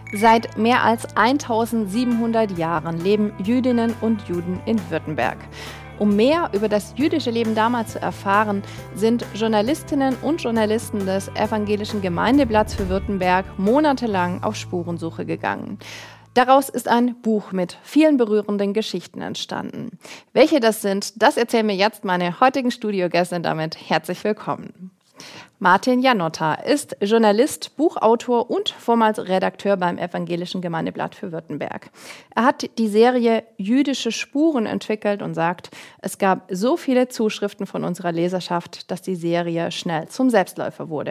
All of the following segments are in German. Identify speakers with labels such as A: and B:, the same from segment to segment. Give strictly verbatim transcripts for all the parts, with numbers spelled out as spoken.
A: Seit mehr als eintausendsiebenhundert Jahren leben Jüdinnen und Juden in Württemberg. Um mehr über das jüdische Leben damals zu erfahren, sind Journalistinnen und Journalisten des Evangelischen Gemeindeblatts für Württemberg monatelang auf Spurensuche gegangen. Daraus ist ein Buch mit vielen berührenden Geschichten entstanden. Welche das sind, das erzählen mir jetzt meine heutigen Studiogäste und damit herzlich willkommen. Martin Janotta ist Journalist, Buchautor und vormals Redakteur beim Evangelischen Gemeindeblatt für Württemberg. Er hat die Serie Jüdische Spuren entwickelt und sagt, es gab so viele Zuschriften von unserer Leserschaft, dass die Serie schnell zum Selbstläufer wurde.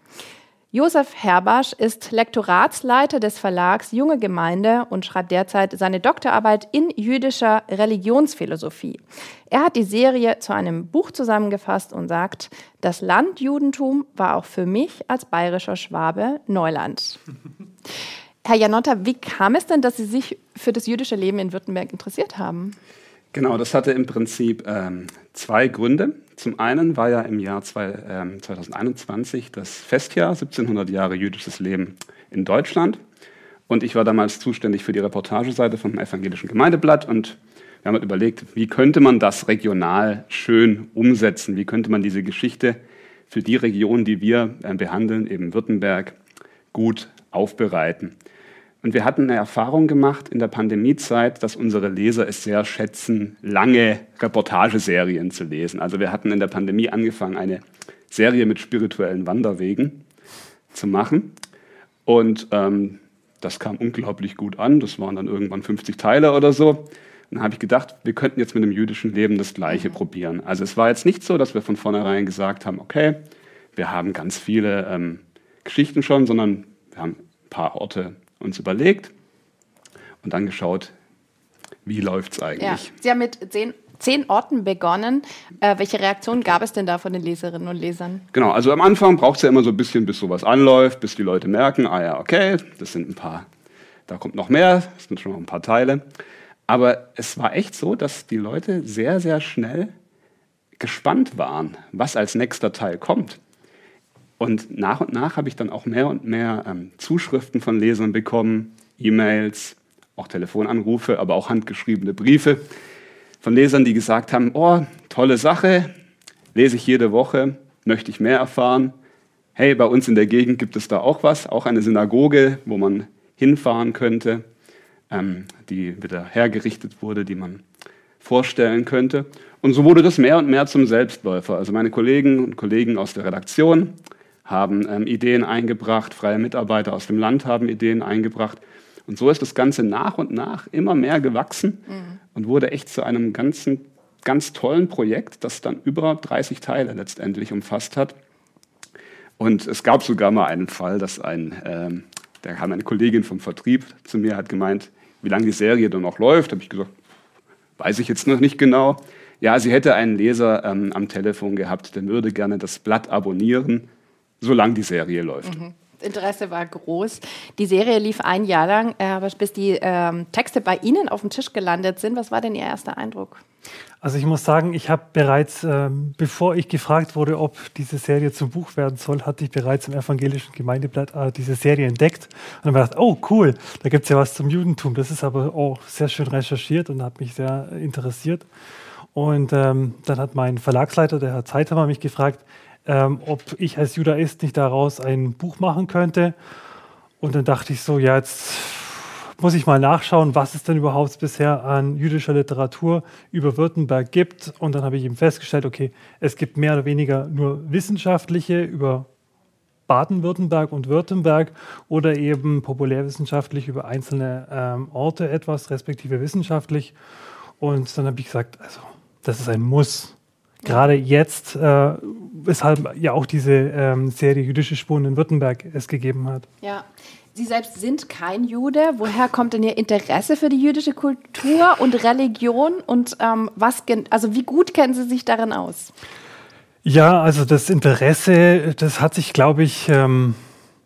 A: Josef Herbasch ist Lektoratsleiter des Verlags Junge Gemeinde und schreibt derzeit seine Doktorarbeit in jüdischer Religionsphilosophie. Er hat die Serie zu einem Buch zusammengefasst und sagt, das Landjudentum war auch für mich als bayerischer Schwabe Neuland. Herr Janotta, wie kam es denn, dass Sie sich für das jüdische Leben in Württemberg interessiert haben?
B: Genau, das hatte im Prinzip ähm, zwei Gründe. Zum einen war ja im Jahr zwei, ähm, zweitausendeinundzwanzig das Festjahr, siebzehnhundert Jahre jüdisches Leben in Deutschland. Und ich war damals zuständig für die Reportageseite vom Evangelischen Gemeindeblatt. Und wir haben halt überlegt, wie könnte man das regional schön umsetzen? Wie könnte man diese Geschichte für die Region, die wir äh, behandeln, eben Württemberg, gut aufbereiten? Und wir hatten eine Erfahrung gemacht in der Pandemiezeit, dass unsere Leser es sehr schätzen, lange Reportageserien zu lesen. Also wir hatten in der Pandemie angefangen, eine Serie mit spirituellen Wanderwegen zu machen. Und ähm, das kam unglaublich gut an. Das waren dann irgendwann fünfzig Teile oder so. Und dann habe ich gedacht, wir könnten jetzt mit dem jüdischen Leben das Gleiche mhm. probieren. Also es war jetzt nicht so, dass wir von vornherein gesagt haben, okay, wir haben ganz viele ähm, Geschichten schon, sondern wir haben ein paar Orte uns überlegt und dann geschaut, wie läuft es eigentlich.
A: Ja, Sie haben mit zehn, zehn Orten begonnen. Äh, welche Reaktionen gab es denn da von den Leserinnen und Lesern?
B: Genau, also am Anfang braucht es ja immer so ein bisschen, bis sowas anläuft, bis die Leute merken, ah ja, okay, das sind ein paar, da kommt noch mehr, das sind schon noch ein paar Teile. Aber es war echt so, dass die Leute sehr, sehr schnell gespannt waren, was als nächster Teil kommt. Und nach und nach habe ich dann auch mehr und mehr ähm, Zuschriften von Lesern bekommen, E-Mails, auch Telefonanrufe, aber auch handgeschriebene Briefe von Lesern, die gesagt haben, oh, tolle Sache, lese ich jede Woche, möchte ich mehr erfahren. Hey, bei uns in der Gegend gibt es da auch was, auch eine Synagoge, wo man hinfahren könnte, ähm, die wieder hergerichtet wurde, die man vorstellen könnte. Und so wurde das mehr und mehr zum Selbstläufer. Also meine Kollegen und Kollegen aus der Redaktion haben ähm, Ideen eingebracht, freie Mitarbeiter aus dem Land haben Ideen eingebracht. Und so ist das Ganze nach und nach immer mehr gewachsen mhm. und wurde echt zu einem ganzen, ganz tollen Projekt, das dann über dreißig Teile letztendlich umfasst hat. Und es gab sogar mal einen Fall, dass ein, ähm, da kam eine Kollegin vom Vertrieb zu mir, hat gemeint, wie lange die Serie dann noch läuft. Da habe ich gesagt, weiß ich jetzt noch nicht genau. Ja, sie hätte einen Leser ähm, am Telefon gehabt, der würde gerne das Blatt abonnieren, solange die Serie läuft.
A: Mhm. Das Interesse war groß. Die Serie lief ein Jahr lang, aber bis die ähm, Texte bei Ihnen auf dem Tisch gelandet sind, was war denn Ihr erster Eindruck?
C: Also ich muss sagen, ich habe bereits, ähm, bevor ich gefragt wurde, ob diese Serie zum Buch werden soll, hatte ich bereits im Evangelischen Gemeindeblatt äh, diese Serie entdeckt. Und dann habe ich gedacht, oh cool, da gibt es ja was zum Judentum. Das ist aber auch sehr schön recherchiert und hat mich sehr interessiert. Und ähm, dann hat mein Verlagsleiter, der Herr Zeithammer, mich gefragt, ähm, ob ich als Judaist nicht daraus ein Buch machen könnte. Und dann dachte ich so, ja, jetzt muss ich mal nachschauen, was es denn überhaupt bisher an jüdischer Literatur über Württemberg gibt. Und dann habe ich eben festgestellt, okay, es gibt mehr oder weniger nur wissenschaftliche über Baden-Württemberg und Württemberg oder eben populärwissenschaftlich über einzelne ähm, Orte etwas, respektive wissenschaftlich. Und dann habe ich gesagt, also das ist ein Muss. Gerade jetzt, äh, weshalb ja auch diese ähm, Serie Jüdische Spuren in Württemberg es gegeben hat.
A: Ja, Sie selbst sind kein Jude. Woher kommt denn Ihr Interesse für die jüdische Kultur und Religion? Und ähm, was, also wie gut kennen Sie sich darin aus?
C: Ja, also das Interesse, das hat sich, glaube ich, ähm,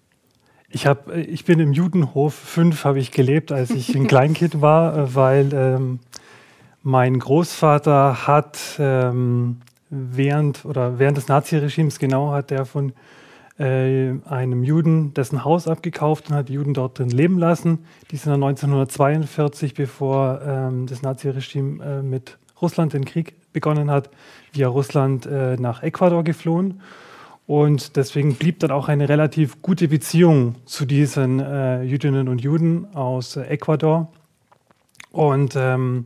C: ich, hab, ich bin im Judenhof fünf, habe ich gelebt, als ich ein Kleinkind war, weil ähm, mein Großvater hat ähm, während oder während des Naziregimes, genau, hat der von äh, einem Juden dessen Haus abgekauft und hat die Juden dort drin leben lassen. Die sind dann neunzehnhundertzweiundvierzig, bevor ähm, das Naziregime äh, mit Russland den Krieg begonnen hat, via Russland äh, nach Ecuador geflohen. Und deswegen blieb dann auch eine relativ gute Beziehung zu diesen äh, Jüdinnen und Juden aus äh, Ecuador. Und ähm,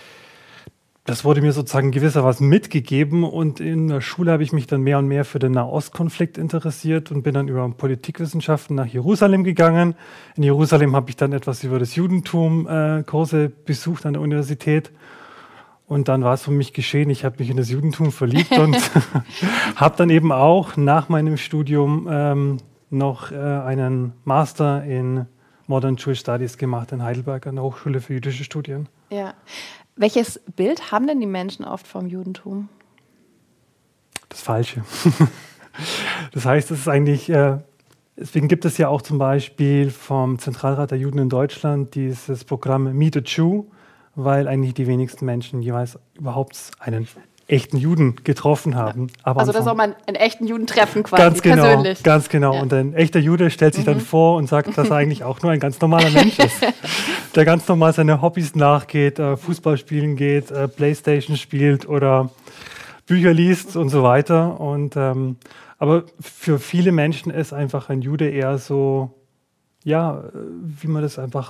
C: das wurde mir sozusagen gewissermaßen mitgegeben. Und in der Schule habe ich mich dann mehr und mehr für den Nahostkonflikt interessiert und bin dann über Politikwissenschaften nach Jerusalem gegangen. In Jerusalem habe ich dann etwas über das Judentum äh, Kurse besucht an der Universität. Und dann war es für mich geschehen, ich habe mich in das Judentum verliebt und habe dann eben auch nach meinem Studium ähm, noch äh, einen Master in Modern Jewish Studies gemacht in Heidelberg an der Hochschule für jüdische Studien.
A: Ja. Welches Bild haben denn die Menschen oft vom Judentum?
C: Das Falsche. Das heißt, es ist eigentlich, äh, deswegen gibt es ja auch zum Beispiel vom Zentralrat der Juden in Deutschland dieses Programm Meet a Jew, weil eigentlich die wenigsten Menschen jeweils überhaupt einen echten Juden getroffen haben. Aber
A: also das soll man einen echten Juden treffen quasi,
C: ganz genau,
A: persönlich.
C: Ganz genau. Ja. Und ein echter Jude stellt sich mhm. dann vor und sagt, dass er eigentlich auch nur ein ganz normaler Mensch ist, der ganz normal seine Hobbys nachgeht, äh, Fußball spielen geht, äh, Playstation spielt oder Bücher liest und so weiter. Und, ähm, aber für viele Menschen ist einfach ein Jude eher so, ja, wie man das einfach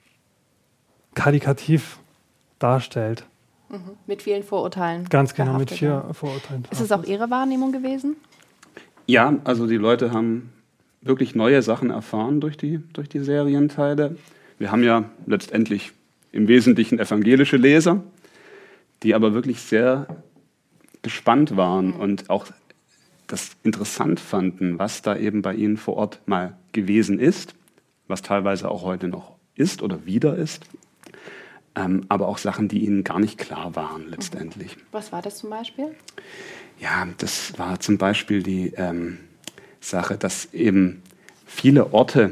C: karikativ darstellt.
A: Mhm. Mit vielen Vorurteilen.
C: Ganz genau, mit vielen Vorurteilen.
A: Ist es auch Ihre Wahrnehmung gewesen?
B: Ja, also die Leute haben wirklich neue Sachen erfahren durch die, durch die Serienteile. Wir haben ja letztendlich im Wesentlichen evangelische Leser, die aber wirklich sehr gespannt waren mhm. und auch das interessant fanden, was da eben bei ihnen vor Ort mal gewesen ist, was teilweise auch heute noch ist oder wieder ist. Ähm, aber auch Sachen, die ihnen gar nicht klar waren letztendlich.
A: Was war das zum Beispiel?
B: Ja, das war zum Beispiel die ähm, Sache, dass eben viele Orte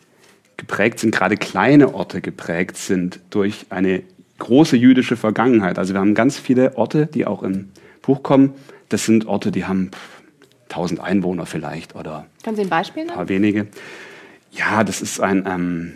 B: geprägt sind, gerade kleine Orte geprägt sind durch eine große jüdische Vergangenheit. Also wir haben ganz viele Orte, die auch im Buch kommen. Das sind Orte, die haben tausend Einwohner vielleicht oder
A: Können Sie ein Beispiel nennen?
B: Ein paar wenige. Ja, das ist ein... Ähm,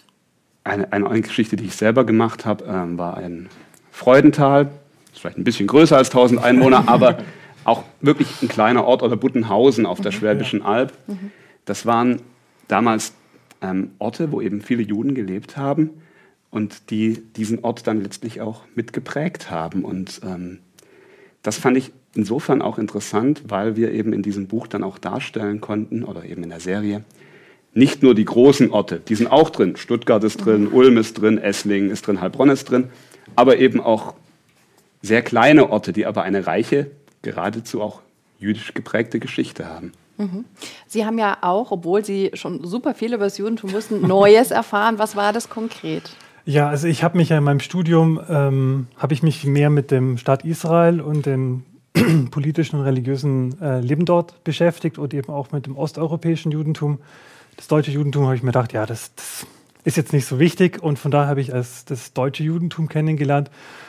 B: Eine, eine Geschichte, die ich selber gemacht habe, ähm, war ein Freudenthal. Ist vielleicht ein bisschen größer als tausend Einwohner, aber auch wirklich ein kleiner Ort, oder Buttenhausen auf der Schwäbischen Alb. Das waren damals ähm, Orte, wo eben viele Juden gelebt haben und die diesen Ort dann letztlich auch mitgeprägt haben. Und ähm, das fand ich insofern auch interessant, weil wir eben in diesem Buch dann auch darstellen konnten, oder eben in der Serie, nicht nur die großen Orte, die sind auch drin. Stuttgart ist drin, Ulm ist drin, Esslingen ist drin, Heilbronn ist drin. Aber eben auch sehr kleine Orte, die aber eine reiche, geradezu auch jüdisch geprägte Geschichte haben.
A: Mhm. Sie haben ja auch, obwohl Sie schon super viel über das Judentum wussten, Neues erfahren. Was war das konkret?
C: Ja, also ich habe mich ja in meinem Studium, ähm, habe ich mich mehr mit dem Staat Israel und dem politischen und religiösen äh, Leben dort beschäftigt und eben auch mit dem osteuropäischen Judentum. Das deutsche Judentum habe ich mir gedacht, ja, das, das ist jetzt nicht so wichtig, und von daher habe ich als das deutsche Judentum kennengelernt.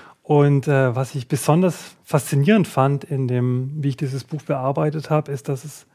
C: Und äh, was ich besonders faszinierend fand, in dem, wie ich dieses Buch bearbeitet habe, ist, dass es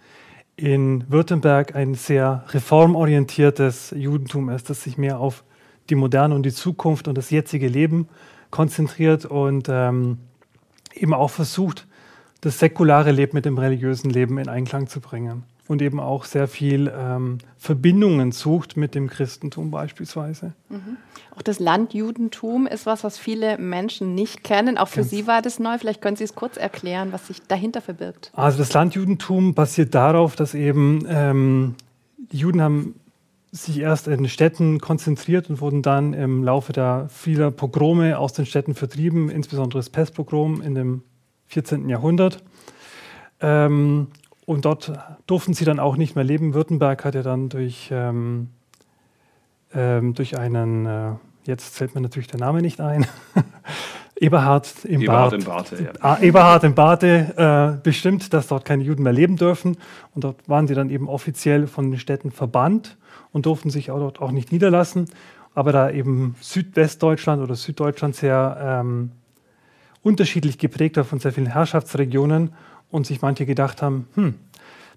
C: in Württemberg ein sehr reformorientiertes Judentum ist, das sich mehr auf die Moderne und die Zukunft und das jetzige Leben konzentriert und ähm, eben auch versucht, das säkulare Leben mit dem religiösen Leben in Einklang zu bringen. Und eben auch sehr viel ähm, Verbindungen sucht mit dem Christentum beispielsweise.
A: Mhm. Auch das Landjudentum ist was, was viele Menschen nicht kennen. Auch für Ganz Sie war das neu. Vielleicht können Sie es kurz erklären, was sich dahinter verbirgt.
C: Also das Landjudentum basiert darauf, dass eben ähm, die Juden haben sich erst in Städten konzentriert und wurden dann im Laufe der vieler Pogrome aus den Städten vertrieben, insbesondere das Pestpogrom in dem vierzehnten Jahrhundert. Ähm, Und dort durften sie dann auch nicht mehr leben. Württemberg hatte dann durch, ähm, ähm, durch einen, äh, jetzt fällt mir natürlich der Name nicht ein, Eberhard im
B: Eberhard
C: Bart,
B: im Barte, ja.
C: Eberhard im Barte äh, bestimmt, dass dort keine Juden mehr leben dürfen. Und dort waren sie dann eben offiziell von den Städten verbannt und durften sich auch dort auch nicht niederlassen. Aber da eben Südwestdeutschland oder Süddeutschland sehr ähm, unterschiedlich geprägt war von sehr vielen Herrschaftsregionen, und sich manche gedacht haben, hm,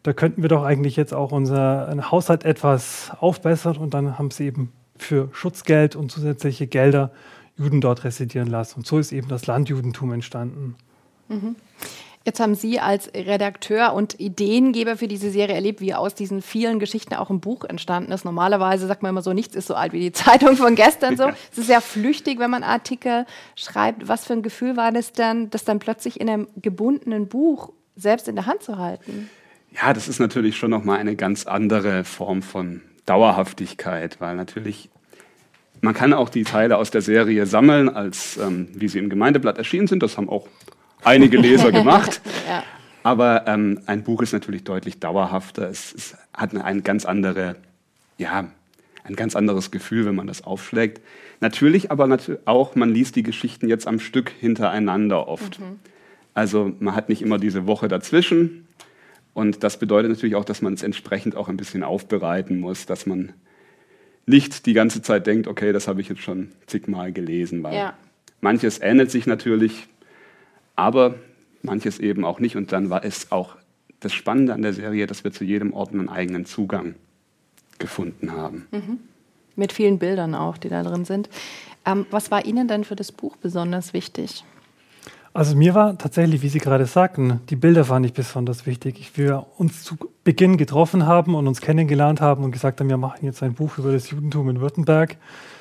C: da könnten wir doch eigentlich jetzt auch unseren Haushalt etwas aufbessern. Und dann haben sie eben für Schutzgeld und zusätzliche Gelder Juden dort residieren lassen. Und so ist eben das Landjudentum entstanden.
A: Mhm. Jetzt haben Sie als Redakteur und Ideengeber für diese Serie erlebt, wie aus diesen vielen Geschichten auch ein Buch entstanden ist. Normalerweise sagt man immer so, nichts ist so alt wie die Zeitung von gestern. So. Es ist sehr flüchtig, wenn man Artikel schreibt. Was für ein Gefühl war das dann, das dann plötzlich in einem gebundenen Buch selbst in der Hand zu halten?
B: Ja, das ist natürlich schon nochmal eine ganz andere Form von Dauerhaftigkeit, weil natürlich, man kann auch die Teile aus der Serie sammeln, als ähm, wie sie im Gemeindeblatt erschienen sind. Das haben auch einige Leser gemacht. Ja. Aber ähm, ein Buch ist natürlich deutlich dauerhafter. Es, es hat eine, eine ganz andere, ja, ein ganz anderes Gefühl, wenn man das aufschlägt. Natürlich aber natu- auch, man liest die Geschichten jetzt am Stück hintereinander oft. Mhm. Also man hat nicht immer diese Woche dazwischen. Und das bedeutet natürlich auch, dass man es entsprechend auch ein bisschen aufbereiten muss, dass man nicht die ganze Zeit denkt, okay, das habe ich jetzt schon zigmal gelesen. Weil ja. manches ähnelt sich natürlich, aber manches eben auch nicht. Und dann war es auch das Spannende an der Serie, dass wir zu jedem Ort einen eigenen Zugang gefunden haben.
A: Mhm. Mit vielen Bildern auch, die da drin sind. Ähm, was war Ihnen denn für das Buch besonders wichtig?
C: Also mir war tatsächlich, wie Sie gerade sagten, die Bilder fand ich besonders wichtig. Ich, wir uns zu Beginn getroffen haben und uns kennengelernt haben und gesagt haben, wir machen jetzt ein Buch über das Judentum in Württemberg.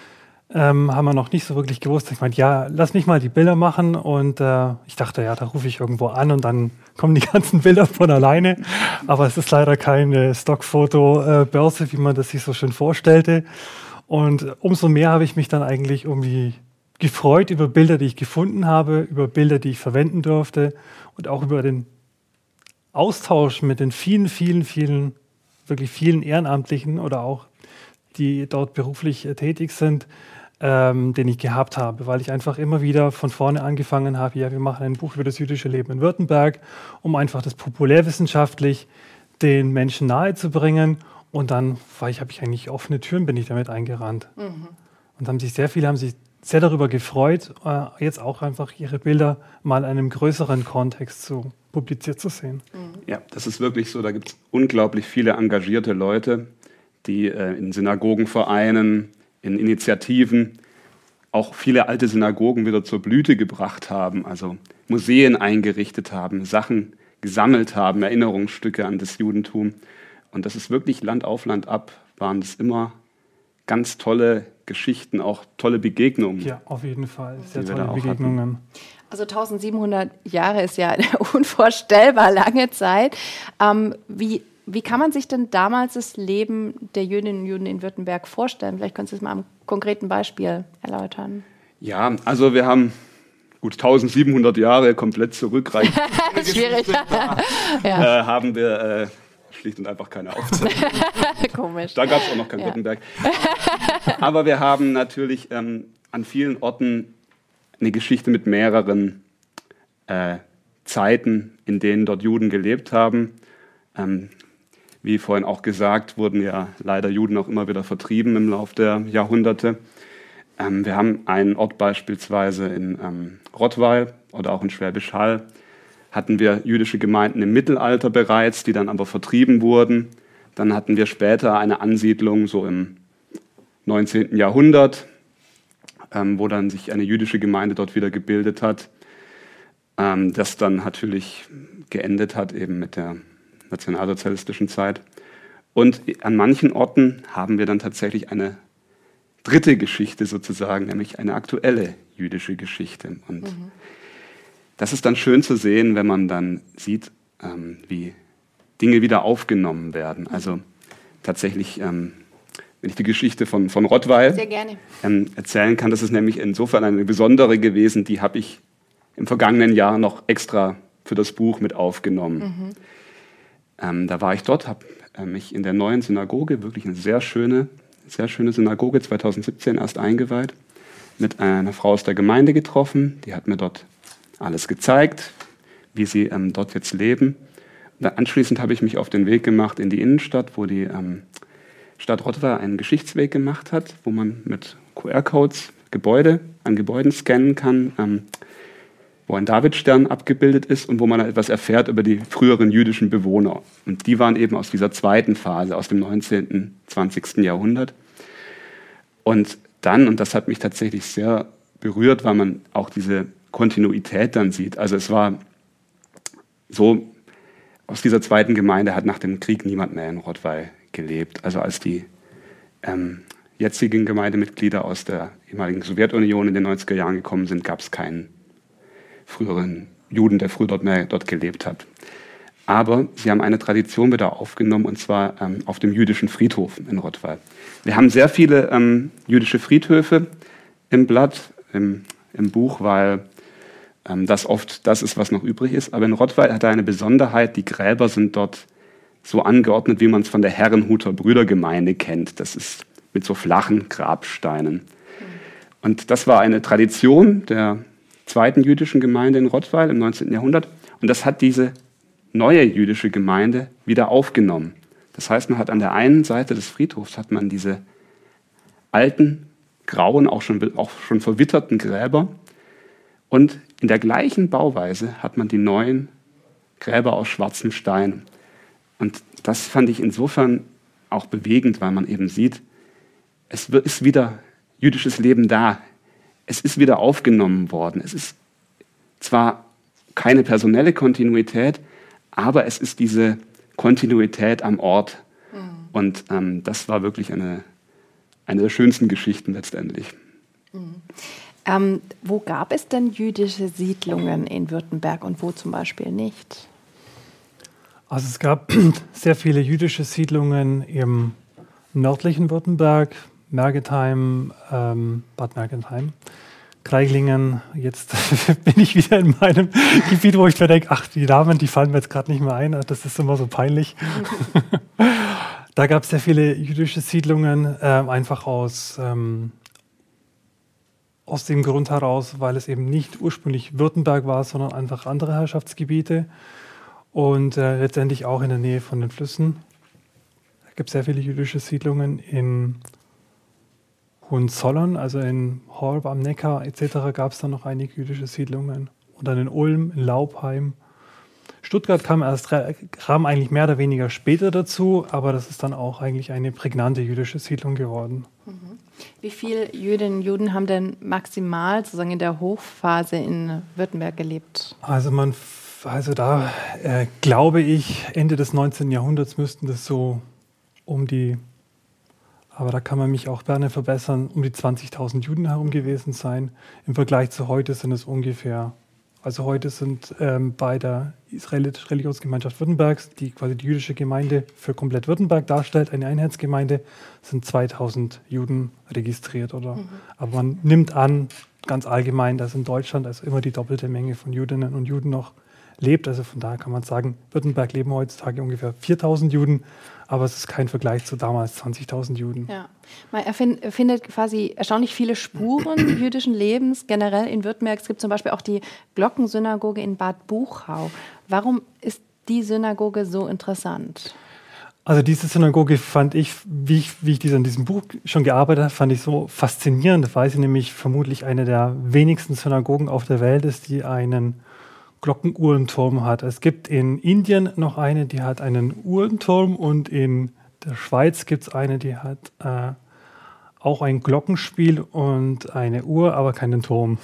C: Ähm, haben wir noch nicht so wirklich gewusst. Ich meinte, ja, lass mich mal die Bilder machen. Und äh, ich dachte, ja, da rufe ich irgendwo an und dann kommen die ganzen Bilder von alleine. Aber es ist leider keine Stockfoto-Börse, wie man das sich so schön vorstellte. Und umso mehr habe ich mich dann eigentlich um die gefreut über Bilder, die ich gefunden habe, über Bilder, die ich verwenden durfte und auch über den Austausch mit den vielen, vielen, vielen, wirklich vielen Ehrenamtlichen oder auch die dort beruflich äh, tätig sind, ähm, den ich gehabt habe, weil ich einfach immer wieder von vorne angefangen habe, ja, wir machen ein Buch über das jüdische Leben in Württemberg, um einfach das populärwissenschaftlich den Menschen nahezubringen. Und dann war ich, habe ich eigentlich offene Türen, bin ich damit eingerannt. Mhm. Und haben sich sehr viele, haben sich sehr darüber gefreut, äh, jetzt auch einfach ihre Bilder mal in einem größeren Kontext zu publiziert zu sehen.
B: Mhm. Ja, das ist wirklich so, da gibt es unglaublich viele engagierte Leute, die äh, in Synagogenvereinen, in Initiativen auch viele alte Synagogen wieder zur Blüte gebracht haben, also Museen eingerichtet haben, Sachen gesammelt haben, Erinnerungsstücke an das Judentum. Und das ist wirklich Land auf Land ab, waren das immer ganz tolle Geschichten, auch tolle Begegnungen.
C: Ja, auf jeden Fall, sehr tolle Begegnungen.
A: Also eintausendsiebenhundert Jahre ist ja eine unvorstellbar lange Zeit. Ähm, wie Wie kann man sich denn damals das Leben der Jüdinnen und Juden in Württemberg vorstellen? Vielleicht können Sie es mal am konkreten Beispiel erläutern.
B: Ja, also wir haben gut eintausendsiebenhundert Jahre komplett zurückreichend.
A: Schwierig.
B: ja. äh, haben wir äh, schlicht und einfach keine Aufzeichnung.
A: Komisch.
B: Da gab es auch noch kein ja. Württemberg. Aber wir haben natürlich ähm, an vielen Orten eine Geschichte mit mehreren äh, Zeiten, in denen dort Juden gelebt haben. Ähm, Wie vorhin auch gesagt, wurden ja leider Juden auch immer wieder vertrieben im Laufe der Jahrhunderte. Ähm, wir haben einen Ort beispielsweise in ähm, Rottweil oder auch in Schwäbisch Hall, hatten wir jüdische Gemeinden im Mittelalter bereits, die dann aber vertrieben wurden. Dann hatten wir später eine Ansiedlung so im neunzehnten Jahrhundert, ähm, wo dann sich eine jüdische Gemeinde dort wieder gebildet hat, ähm, das dann natürlich geendet hat eben mit der nationalsozialistischen Zeit. Und an manchen Orten haben wir dann tatsächlich eine dritte Geschichte sozusagen, nämlich eine aktuelle jüdische Geschichte. Und mhm. das ist dann schön zu sehen, wenn man dann sieht, ähm, wie Dinge wieder aufgenommen werden. Also tatsächlich, ähm, wenn ich die Geschichte von, von Rottweil
A: Sehr gerne.
B: Ähm, erzählen kann, das ist nämlich insofern eine besondere gewesen, die habe ich im vergangenen Jahr noch extra für das Buch mit aufgenommen. Mhm. Ähm, da war ich dort, habe äh, mich in der neuen Synagoge, wirklich eine sehr schöne, sehr schöne Synagoge, zweitausendsiebzehn erst eingeweiht, mit einer Frau aus der Gemeinde getroffen. Die hat mir dort alles gezeigt, wie sie ähm, dort jetzt leben. Und dann anschließend habe ich mich auf den Weg gemacht in die Innenstadt, wo die ähm, Stadt Rottweil einen Geschichtsweg gemacht hat, wo man mit Q R-Codes Gebäude an Gebäuden scannen kann, ähm, wo ein Davidstern abgebildet ist und wo man etwas erfährt über die früheren jüdischen Bewohner. Und die waren eben aus dieser zweiten Phase, aus dem neunzehnten, zwanzigsten Jahrhundert. Und dann, und das hat mich tatsächlich sehr berührt, weil man auch diese Kontinuität dann sieht. Also es war so, aus dieser zweiten Gemeinde hat nach dem Krieg niemand mehr in Rottweil gelebt. Also als die ähm, jetzigen Gemeindemitglieder aus der ehemaligen Sowjetunion in den neunziger Jahren gekommen sind, gab es keinen früheren Juden, der früher dort mehr dort gelebt hat. Aber sie haben eine Tradition wieder aufgenommen, und zwar ähm, auf dem jüdischen Friedhof in Rottweil. Wir haben sehr viele ähm, jüdische Friedhöfe im Blatt, im, im Buch, weil ähm, das oft das ist, was noch übrig ist. Aber in Rottweil hat er eine Besonderheit, die Gräber sind dort so angeordnet, wie man es von der Herrenhuter Brüdergemeinde kennt. Das ist mit so flachen Grabsteinen. Und das war eine Tradition der zweiten jüdischen Gemeinde in Rottweil im neunzehnten Jahrhundert. Und das hat diese neue jüdische Gemeinde wieder aufgenommen. Das heißt, man hat an der einen Seite des Friedhofs hat man diese alten, grauen, auch schon, auch schon verwitterten Gräber. Und in der gleichen Bauweise hat man die neuen Gräber aus schwarzem Stein. Und das fand ich insofern auch bewegend, weil man eben sieht, es ist wieder jüdisches Leben da. Es ist wieder aufgenommen worden. Es ist zwar keine personelle Kontinuität, aber es ist diese Kontinuität am Ort. Mhm. Und ähm, das war wirklich eine, eine der schönsten Geschichten letztendlich.
A: Mhm. Ähm, wo gab es denn jüdische Siedlungen in Württemberg und wo zum Beispiel nicht?
C: Also es gab sehr viele jüdische Siedlungen im nördlichen Württemberg, Mergentheim, ähm, Bad Mergentheim, Kreiglingen. Jetzt bin ich wieder in meinem Gebiet, wo ich mir denke, ach, die Namen, die fallen mir jetzt gerade nicht mehr ein. Das ist immer so peinlich. Da gab es sehr viele jüdische Siedlungen, äh, einfach aus, ähm, aus dem Grund heraus, weil es eben nicht ursprünglich Württemberg war, sondern einfach andere Herrschaftsgebiete. Und äh, letztendlich auch in der Nähe von den Flüssen. Es gibt sehr viele jüdische Siedlungen in Hohenzollern, also in Horb am Neckar et cetera gab es dann noch einige jüdische Siedlungen. Und dann in Ulm, in Laubheim. Stuttgart kam, erst, kam eigentlich mehr oder weniger später dazu, aber das ist dann auch eigentlich eine prägnante jüdische Siedlung geworden.
A: Mhm. Wie viele Jüdinnen und Juden haben denn maximal sozusagen in der Hochphase in Württemberg gelebt?
C: Also man Also da äh, glaube ich, Ende des neunzehnten Jahrhunderts müssten das so um die, aber da kann man mich auch gerne verbessern, um die zwanzigtausend Juden herum gewesen sein. Im Vergleich zu heute sind es ungefähr, also heute sind ähm, bei der Israelitischen Religionsgemeinschaft Württembergs, die quasi die jüdische Gemeinde für komplett Württemberg darstellt, eine Einheitsgemeinde, sind zweitausend Juden registriert. Oder? Mhm. Aber man nimmt an, ganz allgemein, dass in Deutschland also immer die doppelte Menge von Jüdinnen und Juden noch lebt. Also von daher kann man sagen, Württemberg leben heutzutage ungefähr viertausend Juden, aber es ist kein Vergleich zu damals zwanzigtausend Juden.
A: Ja. Man erfind, findet quasi erstaunlich viele Spuren jüdischen Lebens generell in Württemberg. Es gibt zum Beispiel auch die Glockensynagoge in Bad Buchau. Warum ist die Synagoge so interessant?
C: Also diese Synagoge fand ich, wie ich, wie ich diese an diesem Buch schon gearbeitet habe, fand ich so faszinierend, weil sie nämlich vermutlich eine der wenigsten Synagogen auf der Welt ist, die einen Glockenuhrenturm hat. Es gibt in Indien noch eine, die hat einen Uhrenturm, und in der Schweiz gibt es eine, die hat äh, auch ein Glockenspiel und eine Uhr, aber keinen Turm.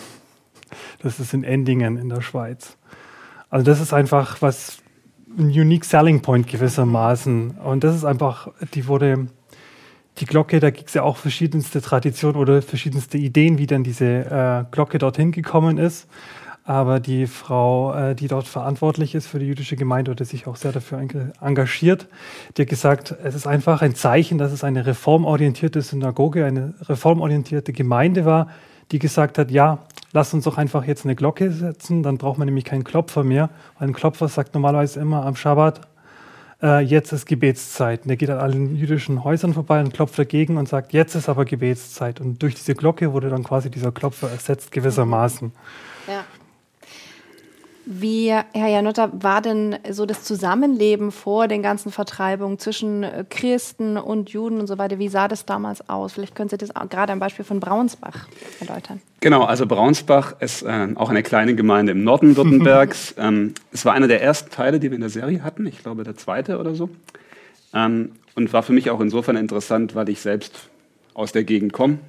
C: Das ist in Endingen in der Schweiz. Also das ist einfach was, ein unique selling point gewissermaßen. Und das ist einfach, die wurde, die Glocke, da gibt es ja auch verschiedenste Traditionen oder verschiedenste Ideen, wie dann diese äh, Glocke dorthin gekommen ist. Aber die Frau, äh, die dort verantwortlich ist für die jüdische Gemeinde oder sich auch sehr dafür engagiert, die hat gesagt, es ist einfach ein Zeichen, dass es eine reformorientierte Synagoge, eine reformorientierte Gemeinde war, die gesagt hat, ja, lass uns doch einfach jetzt eine Glocke setzen, dann braucht man nämlich keinen Klopfer mehr. Weil ein Klopfer sagt normalerweise immer am Schabbat, äh, jetzt ist Gebetszeit. Und der geht an allen jüdischen Häusern vorbei und klopft dagegen und sagt, jetzt ist aber Gebetszeit. Und durch diese Glocke wurde dann quasi dieser Klopfer ersetzt gewissermaßen.
A: Ja. Wie, Herr Janota, war denn so das Zusammenleben vor den ganzen Vertreibungen zwischen Christen und Juden und so weiter? Wie sah das damals aus? Vielleicht können Sie das auch gerade am Beispiel von Braunsbach erläutern.
B: Genau, also Braunsbach ist äh, auch eine kleine Gemeinde im Norden Württembergs. ähm, es war einer der ersten Teile, die wir in der Serie hatten. Ich glaube, der zweite oder so. Ähm, und war für mich auch insofern interessant, weil ich selbst aus der Gegend komme.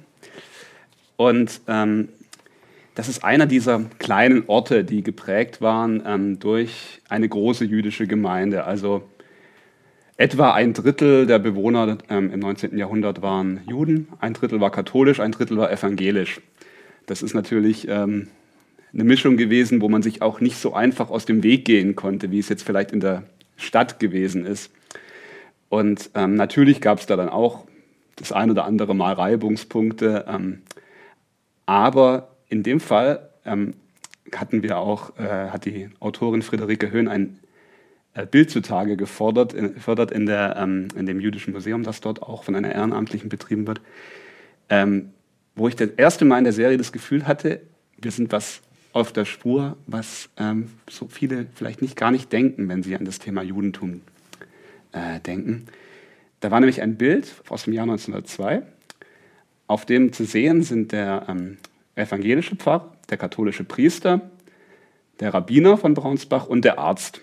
B: Und ähm, das ist einer dieser kleinen Orte, die geprägt waren ähm, durch eine große jüdische Gemeinde. Also etwa ein Drittel der Bewohner ähm, im neunzehnten Jahrhundert waren Juden, ein Drittel war katholisch, ein Drittel war evangelisch. Das ist natürlich ähm, eine Mischung gewesen, wo man sich auch nicht so einfach aus dem Weg gehen konnte, wie es jetzt vielleicht in der Stadt gewesen ist. Und ähm, natürlich gab es da dann auch das ein oder andere Mal Reibungspunkte, ähm, aber in dem Fall ähm, hatten wir auch, äh, hat die Autorin Friederike Höhn ein äh, Bild zutage gefordert, in, gefördert in, der, ähm, in dem Jüdischen Museum, das dort auch von einer Ehrenamtlichen betrieben wird, ähm, wo ich das erste Mal in der Serie das Gefühl hatte, wir sind was auf der Spur, was ähm, so viele vielleicht nicht gar nicht denken, wenn sie an das Thema Judentum äh, denken. Da war nämlich ein Bild aus dem Jahr neunzehnhundertzwei, auf dem zu sehen sind der ähm, evangelische Pfarrer, der katholische Priester, der Rabbiner von Braunsbach und der Arzt.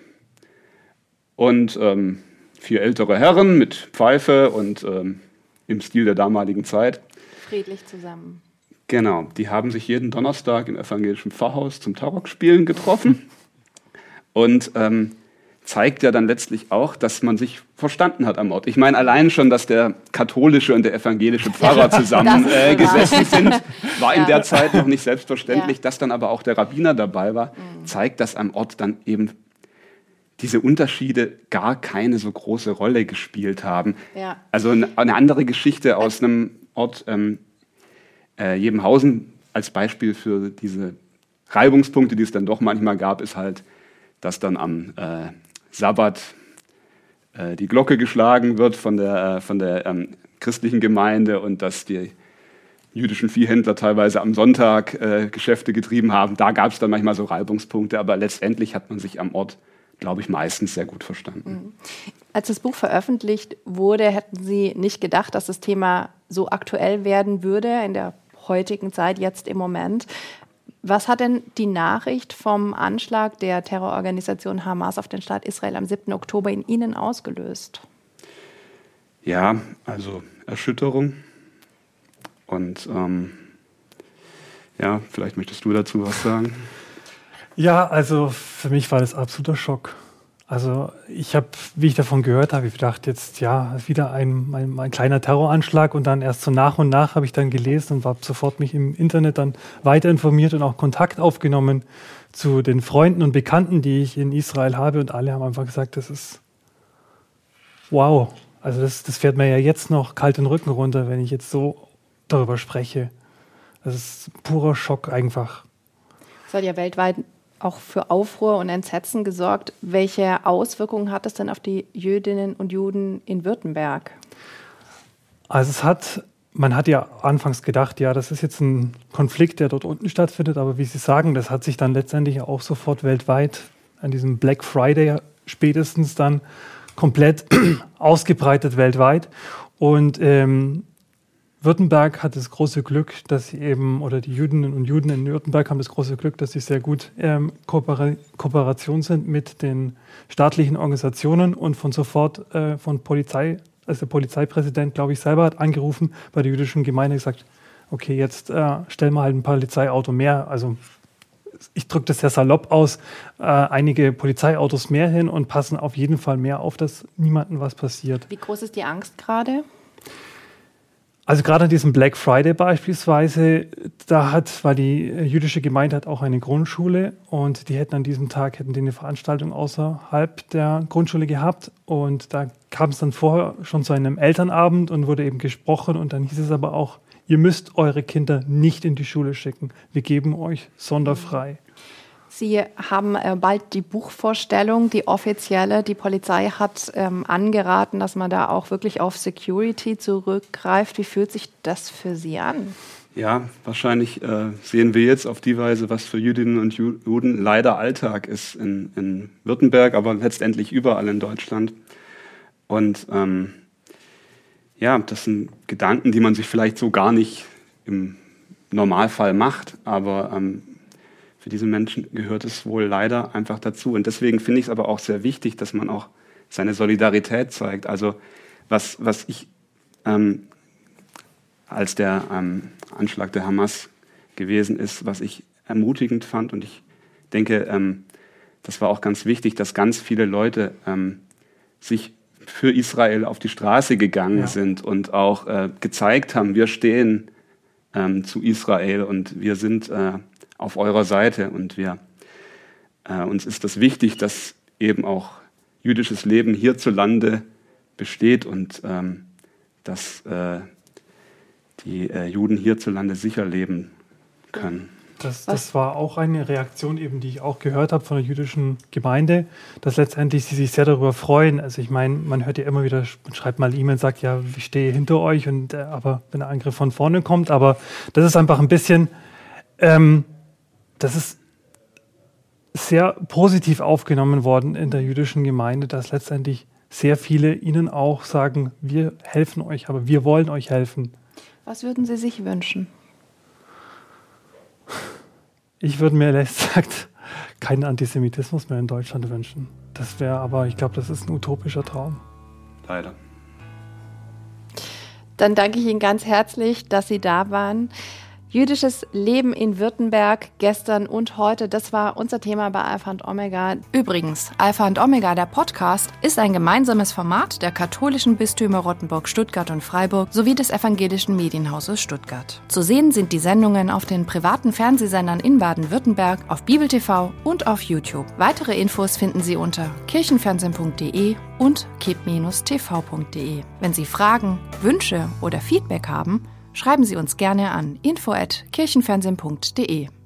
B: Und ähm, vier ältere Herren mit Pfeife und ähm, im Stil der damaligen Zeit.
A: Friedlich zusammen.
B: Genau, die haben sich jeden Donnerstag im evangelischen Pfarrhaus zum Tarockspielen getroffen. Und ähm, zeigt ja dann letztlich auch, dass man sich verstanden hat am Ort. Ich meine, allein schon, dass der katholische und der evangelische Pfarrer zusammen äh, gesessen sind, war in ja. der Zeit noch nicht selbstverständlich. Ja. Dass dann aber auch der Rabbiner dabei war, mhm. zeigt, dass am Ort dann eben diese Unterschiede gar keine so große Rolle gespielt haben. Ja. Also eine andere Geschichte aus einem Ort, ähm, äh, Jebenhausen, als Beispiel für diese Reibungspunkte, die es dann doch manchmal gab, ist halt, dass dann am äh, Sabbat äh, die Glocke geschlagen wird von der, äh, von der ähm, christlichen Gemeinde und dass die jüdischen Viehhändler teilweise am Sonntag äh, Geschäfte getrieben haben. Da gab es dann manchmal so Reibungspunkte, aber letztendlich hat man sich am Ort, glaube ich, meistens sehr gut verstanden.
A: Mhm. Als das Buch veröffentlicht wurde, hätten Sie nicht gedacht, dass das Thema so aktuell werden würde in der heutigen Zeit, jetzt im Moment. Was hat denn die Nachricht vom Anschlag der Terrororganisation Hamas auf den Staat Israel am siebten Oktober in Ihnen ausgelöst?
B: Ja, also Erschütterung. Und ähm, ja, vielleicht möchtest du dazu was sagen.
C: Ja, also für mich war das absoluter Schock. Also ich habe, wie ich davon gehört habe, ich gedacht, jetzt ja, wieder ein, ein, ein kleiner Terroranschlag und dann erst so nach und nach habe ich dann gelesen und habe sofort mich im Internet dann weiter informiert und auch Kontakt aufgenommen zu den Freunden und Bekannten, die ich in Israel habe und alle haben einfach gesagt, das ist wow. Also das, das fährt mir ja jetzt noch kalt den Rücken runter, wenn ich jetzt so darüber spreche. Das ist purer Schock einfach.
A: Es hat ja weltweit auch für Aufruhr und Entsetzen gesorgt. Welche Auswirkungen hat es denn auf die Jüdinnen und Juden in Württemberg?
C: Also es hat, man hat ja anfangs gedacht, ja, das ist jetzt ein Konflikt, der dort unten stattfindet, aber wie Sie sagen, das hat sich dann letztendlich auch sofort weltweit an diesem Black Friday spätestens dann komplett ausgebreitet weltweit. Und ähm, Württemberg hat das große Glück, dass sie eben, oder die Jüdinnen und Juden in Württemberg haben das große Glück, dass sie sehr gut ähm, Kooper- Kooperation sind mit den staatlichen Organisationen und von sofort äh, von Polizei, also der Polizeipräsident, glaube ich, selber hat angerufen bei der jüdischen Gemeinde gesagt, okay, jetzt äh, stellen wir halt ein Polizeiauto mehr, also ich drücke das sehr salopp aus, äh, einige Polizeiautos mehr hin und passen auf jeden Fall mehr auf, dass niemandem was passiert.
A: Wie groß ist die Angst gerade?
C: Also gerade an diesem Black Friday beispielsweise, da hat, weil die jüdische Gemeinde hat auch eine Grundschule und die hätten an diesem Tag hätten die eine Veranstaltung außerhalb der Grundschule gehabt und da kam es dann vorher schon zu einem Elternabend und wurde eben gesprochen und dann hieß es aber auch, ihr müsst eure Kinder nicht in die Schule schicken, wir geben euch sonderfrei.
A: Sie haben äh, bald die Buchvorstellung, die offizielle. Die Polizei hat ähm, angeraten, dass man da auch wirklich auf Security zurückgreift. Wie fühlt sich das für Sie an?
B: Ja, wahrscheinlich äh, sehen wir jetzt auf die Weise, was für Jüdinnen und Juden leider Alltag ist in, in Württemberg, aber letztendlich überall in Deutschland. Und ähm, ja, das sind Gedanken, die man sich vielleicht so gar nicht im Normalfall macht, aber ähm, für diese Menschen gehört es wohl leider einfach dazu. Und deswegen finde ich es aber auch sehr wichtig, dass man auch seine Solidarität zeigt. Also was, was ich ähm, als der ähm, Anschlag der Hamas gewesen ist, was ich ermutigend fand. Und ich denke, ähm, das war auch ganz wichtig, dass ganz viele Leute ähm, sich für Israel auf die Straße gegangen ja. sind und auch äh, gezeigt haben, wir stehen ähm, zu Israel und wir sind äh, auf eurer Seite. Und wir, äh, uns ist das wichtig, dass eben auch jüdisches Leben hierzulande besteht und ähm, dass äh, die äh, Juden hierzulande sicher leben können.
C: Das, das war auch eine Reaktion, eben, die ich auch gehört habe von der jüdischen Gemeinde, dass letztendlich sie sich sehr darüber freuen. Also ich meine, man hört ja immer wieder, man schreibt mal E-Mail und sagt, ja, ich stehe hinter euch, und äh, aber wenn der Angriff von vorne kommt, aber das ist einfach ein bisschen, ähm, das ist sehr positiv aufgenommen worden in der jüdischen Gemeinde, dass letztendlich sehr viele ihnen auch sagen, wir helfen euch, aber wir wollen euch helfen.
A: Was würden Sie sich wünschen?
C: Ich würde mir ehrlich gesagt keinen Antisemitismus mehr in Deutschland wünschen. Das wäre aber, ich glaube, das ist ein utopischer Traum.
B: Leider.
A: Dann danke ich Ihnen ganz herzlich, dass Sie da waren. Jüdisches Leben in Württemberg gestern und heute, das war unser Thema bei Alpha und Omega. Übrigens, Alpha und Omega, der Podcast, ist ein gemeinsames Format der katholischen Bistümer Rottenburg, Stuttgart und Freiburg sowie des evangelischen Medienhauses Stuttgart. Zu sehen sind die Sendungen auf den privaten Fernsehsendern in Baden-Württemberg, auf Bibel T V und auf YouTube. Weitere Infos finden Sie unter kirchenfernsehen punkt de und keb T V punkt de. Wenn Sie Fragen, Wünsche oder Feedback haben, schreiben Sie uns gerne an info at kirchenfernsehen punkt de.